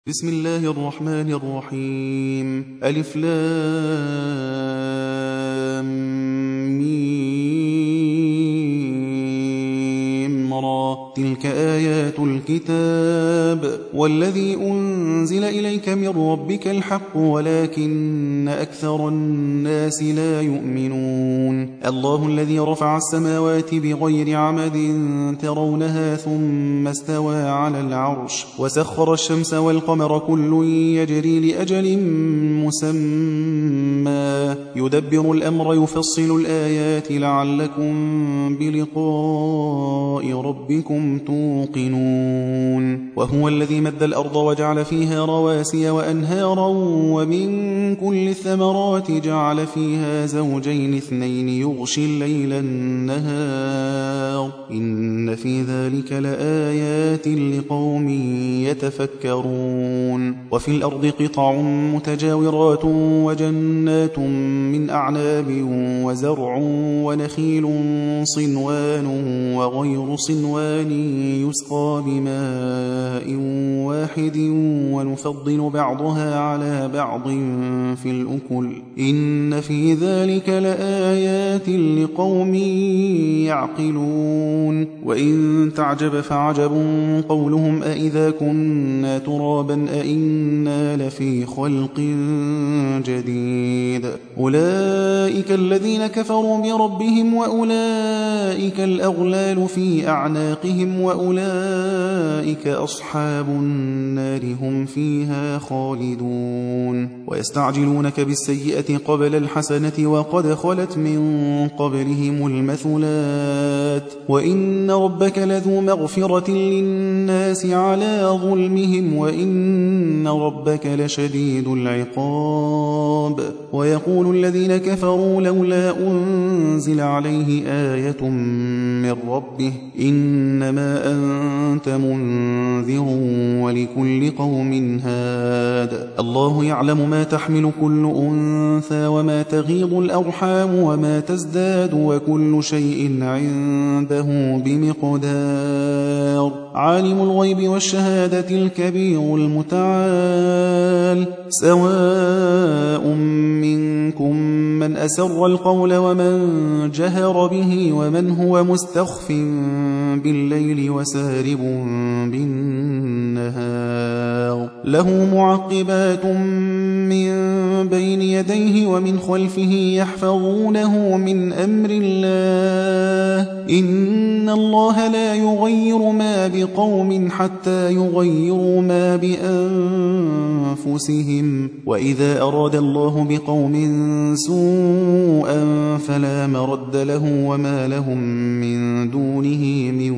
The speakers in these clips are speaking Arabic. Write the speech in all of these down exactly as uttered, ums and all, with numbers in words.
بسم الله الرحمن الرحيم ألف لام ميم را تلك آيات الكتاب والذي أنزل إليك من ربك الحق ولكن أكثر الناس لا يؤمنون الله الذي رفع السماوات بغير عمد ترونها ثم استوى على العرش وسخر الشمس والقمر كل يجري لأجل مسمى يدبر الأمر يفصل الآيات لعلكم بلقاء ربكم توقنون وهو الذي مد الأرض وجعل فيها رواسي وأنهارا ومن كل الثمرات جعل فيها زوجين اثنين يغشي الليل النهار إن في ذلك لآيات لقوم يتفكرون وفي الأرض قطع متجاورات وجنات من أعناب وزرع ونخيل صنوان وغير صنوان يسقى بماء واحد ونفضل بعضها على بعض في الأكل إن في ذلك لآيات لقوم يعقلون وإن تعجب فعجب قولهم أإذا كنا ترابا أإنا لفي خلق جديد أولئك الذين كفروا بربهم وأولئك الأغلال في أعناقهم وأولئك أصحاب النار هم فيها خالدون ويستعجلونك بالسيئة قبل الحسنة وقد خلت من قبلهم المثلات وإن ربك لذو مغفرة للناس على ظلمهم وإن ربك لشديد العقاب ويقول الذين كفروا لولا أنزل عليه آية من ربه إنما أنت منذر ولكل قوم هاد الله يعلم ما تحمل كل أنثى وما تغيض الأرحام وما تزداد وكل شيء عنده بمقدار عالم الغيب والشهادة الكبير المتعال سواء منكم من أسر القول ومن جهر به ومن هو مستخف بالليل وسارب بالنهار له معقبات من بين يديه ومن خلفه يحفظونه من أمر الله إن الله لا يغير ما بقوم حتى يغيروا ما بأنفسهم وإذا أراد الله بقوم سوءا فلا مرد له وما لهم من دونه من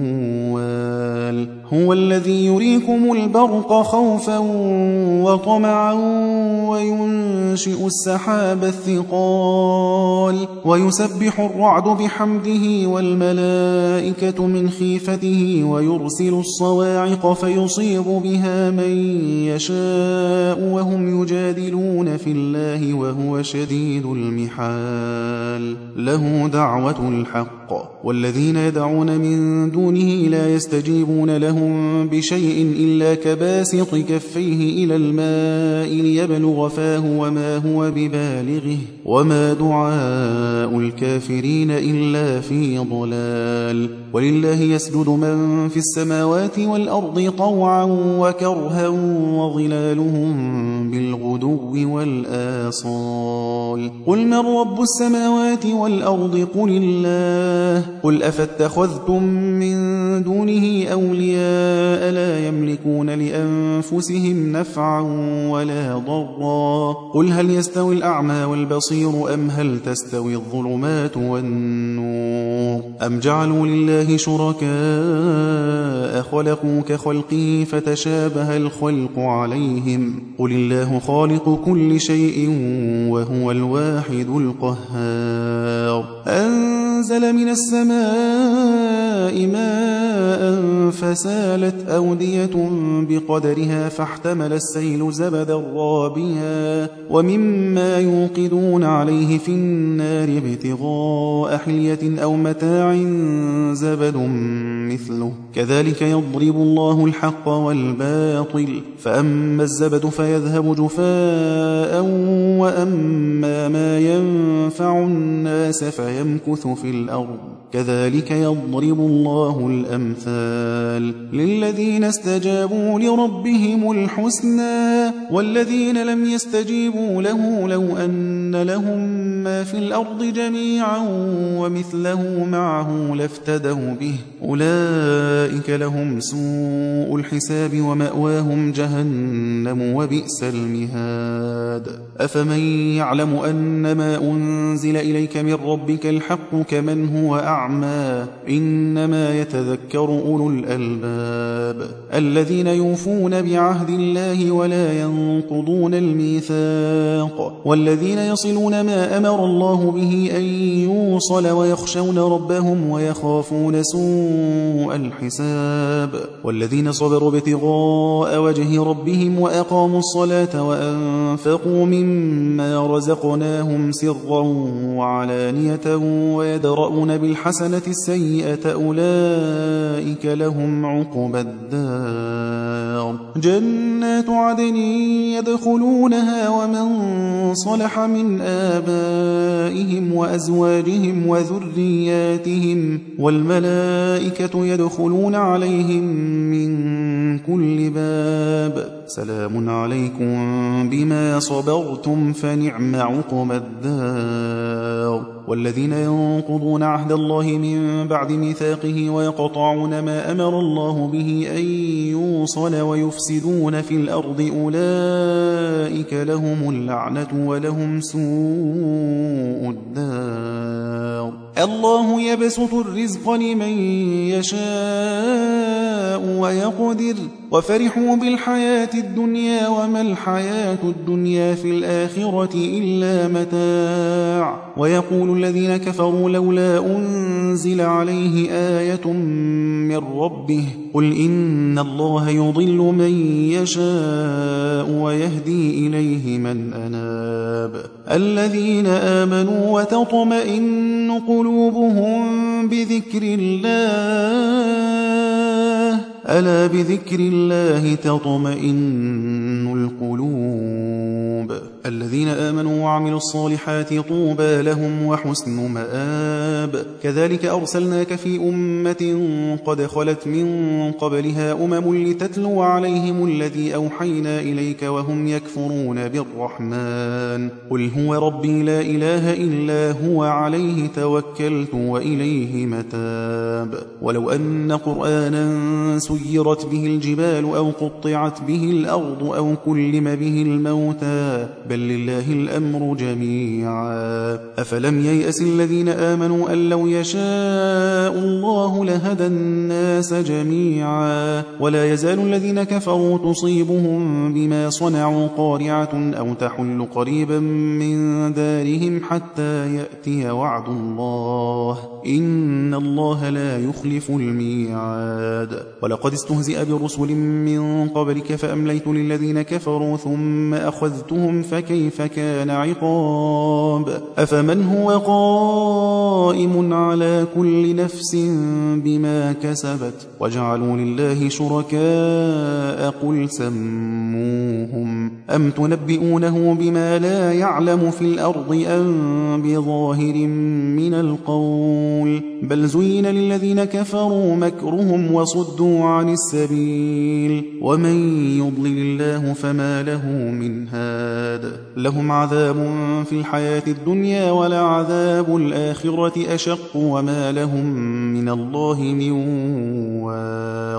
وال هو الذي يريكم البرق خوفا وطمعا وينشئ السحاب الثقال ويسبح الرعد بحمده والملائكة من خيفته ويرسل الصواعق فيصيب بها من يشاء وهم يجادلون في الله وهو شديد المحال له دعوة الحق والذين يدعون من دونه لا يستجيبون لهم بشيء إلا كباسط كفيه إلى الماء ليبلغ فاه وما هو ببالغه وما دعاء الكافرين إلا في ضلال ولله يسجد من في السماوات والأرض طوعا وكرها وظلالهم بالغدو والآصال قل من رب السماوات والأرض قل الله قل أفاتخذتم من دونه أولياء لا يملكون لأنفسهم نفعا ولا ضرا قل هل يستوي الأعمى والبصير أم هل تستوي الظلمات والنور أم جعلوا لله شركاء خلقوا كخلقه فتشابه الخلق عليهم قل الله خالق كل شيء وهو الواحد القهار أنزل من السماء ماء ماء فسالت أودية بقدرها فاحتمل السيل زبدا رابيا ومما يوقدون عليه في النار ابتغاء حلية أو متاع زبد مثله كذلك يضرب الله الحق والباطل فأما الزبد فيذهب جفاء وأما ما ينفع الناس فيمكث في الأرض كذلك يضرب الله الأمثال للذين استجابوا لربهم الحسنى والذين لم يستجيبوا له لو أن لهم ما في الأرض جميعا ومثله معه لافتدوا به أولئك لهم سوء الحساب ومأواهم جهنم وبئس المهاد أفمن يعلم أن ما أنزل إليك من ربك الحق كمن هو أعمى إنما يتذكر أولو الألباب الذين يوفون بعهد الله ولا ينقضون الميثاق والذين يصلون ما أمر الله به أن يوصل ويخشون ربهم ويخافون سوء الحساب والذين صبروا ابتغاء وجه ربهم وأقاموا الصلاة وأنفقوا مما رزقناهم سرا وعلانية ويدرؤون بالحسنة السيئة أولئك لهم عقبى الدار جنات عدن يدخلونها ومن صلح من آبائهم وأزواجهم وذرياتهم والملائكة يدخلون عليهم من كل باب سلام عليكم بما صبرتم فنعم عقبى الدار والذين ينقضون عهد الله من بعد ميثاقه ويقطعون ما أمر الله به أن يوصل ويفسدون في الأرض أولئك لهم اللعنة ولهم سوء الدار الله يبسط الرزق لمن يشاء ويقدر وفرحوا بالحياة الدنيا وما الحياة الدنيا في الآخرة إلا متاع ويقول الذين كفروا لولا أنزل عليه آية من ربه قل إن الله يضل من يشاء ويهدي إليه من أناب الذين آمنوا وتطمئن قلوبهم بذكر الله ألا بذكر الله تطمئن القلوب الذين آمنوا وعملوا الصالحات طوبى لهم وحسن مآب كذلك أرسلناك في أمة قد خلت من قبلها أمم لتتلو عليهم الذي أوحينا إليك وهم يكفرون بالرحمن قل هو ربي لا إله إلا هو عليه توكلت وإليه متاب ولو أن قرآنا سيرت به الجبال أو قطعت به الأرض أو كلم به الموتى بل لله الأمر جميعا أفلم ييأس الذين آمنوا أن لو يشاء الله لهدى الناس جميعا ولا يزال الذين كفروا تصيبهم بما صنعوا قارعة أو تحل قريبا من دارهم حتى يأتي وعد الله إن الله لا يخلف الميعاد ولقد استهزئ برسل من قبلك فأمليت للذين كفروا ثم أخذتهم فكيف كان عقاب أفمن هو قائم على كل نفس بما كسبت وجعلوا لله شركاء قل سموهم أم تنبئونه بما لا يعلم في الأرض أم بظاهر من القول بل زين للذين كفروا مكرهم وصدوا عن السبيل ومن يضلل الله فما له من هاد لهم عذاب في الحياة الدنيا ولعذاب الآخرة أشق وما لهم من الله من واق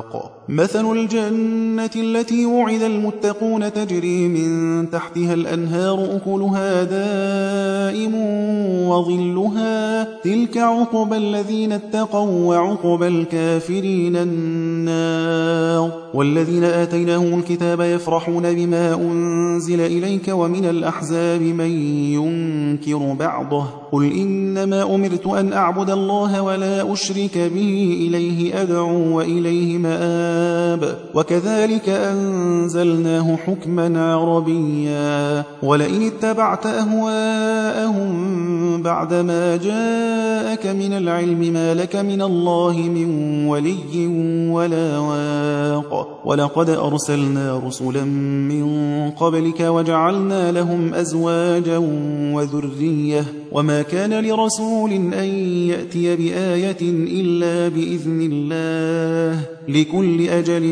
مثل الجنة التي وعد المتقون تجري من تحتها الأنهار أكلها دائم وظلها تلك عقبى الذين اتقوا وعقبى الكافرين النار والذين آتيناهم الكتاب يفرحون بما أنزل إليك ومن الأحزاب من ينكر بعضه قل إنما أمرت أن أعبد الله ولا أشرك به إليه أدعو وإليه مآب وكذلك أنزلناه حكما عربيا ولئن اتبعت أهواءهم بعدما جاءك من العلم ما لك من الله من ولي ولا واق ولقد أرسلنا رسلا من قبلك وجعلنا لهم أزواجا وذرية وما كان لرسول أن يأتي بآية إلا بإذن الله لكل أجل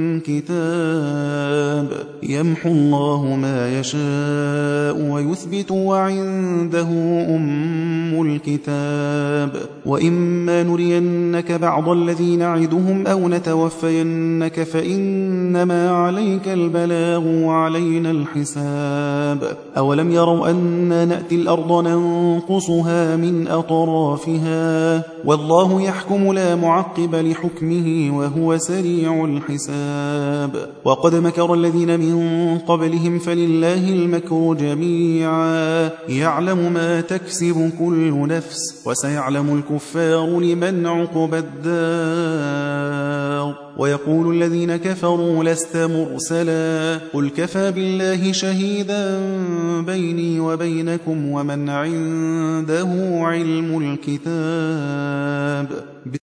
كتاب يمحو الله ما يشاء ويثبت وعنده أم الكتاب وإما نرينك بعض الذي نعدهم أو نتوفينك فإنما عليك البلاغ وعلينا الحساب أولم يروا أنا نأتي الأرض ننقصها من أطرافها والله يحكم لا معقب لحكمه وهو سريع الحساب وقد مكر الذين من قبلهم فلله المكر جميعا يعلم ما تكسب كل نفس وسيعلم الكفار لمن عقبى الدار ويقول الذين كفروا لست مرسلا قل كفى بالله شهيدا بيني وبينكم ومن عنده علم الكتاب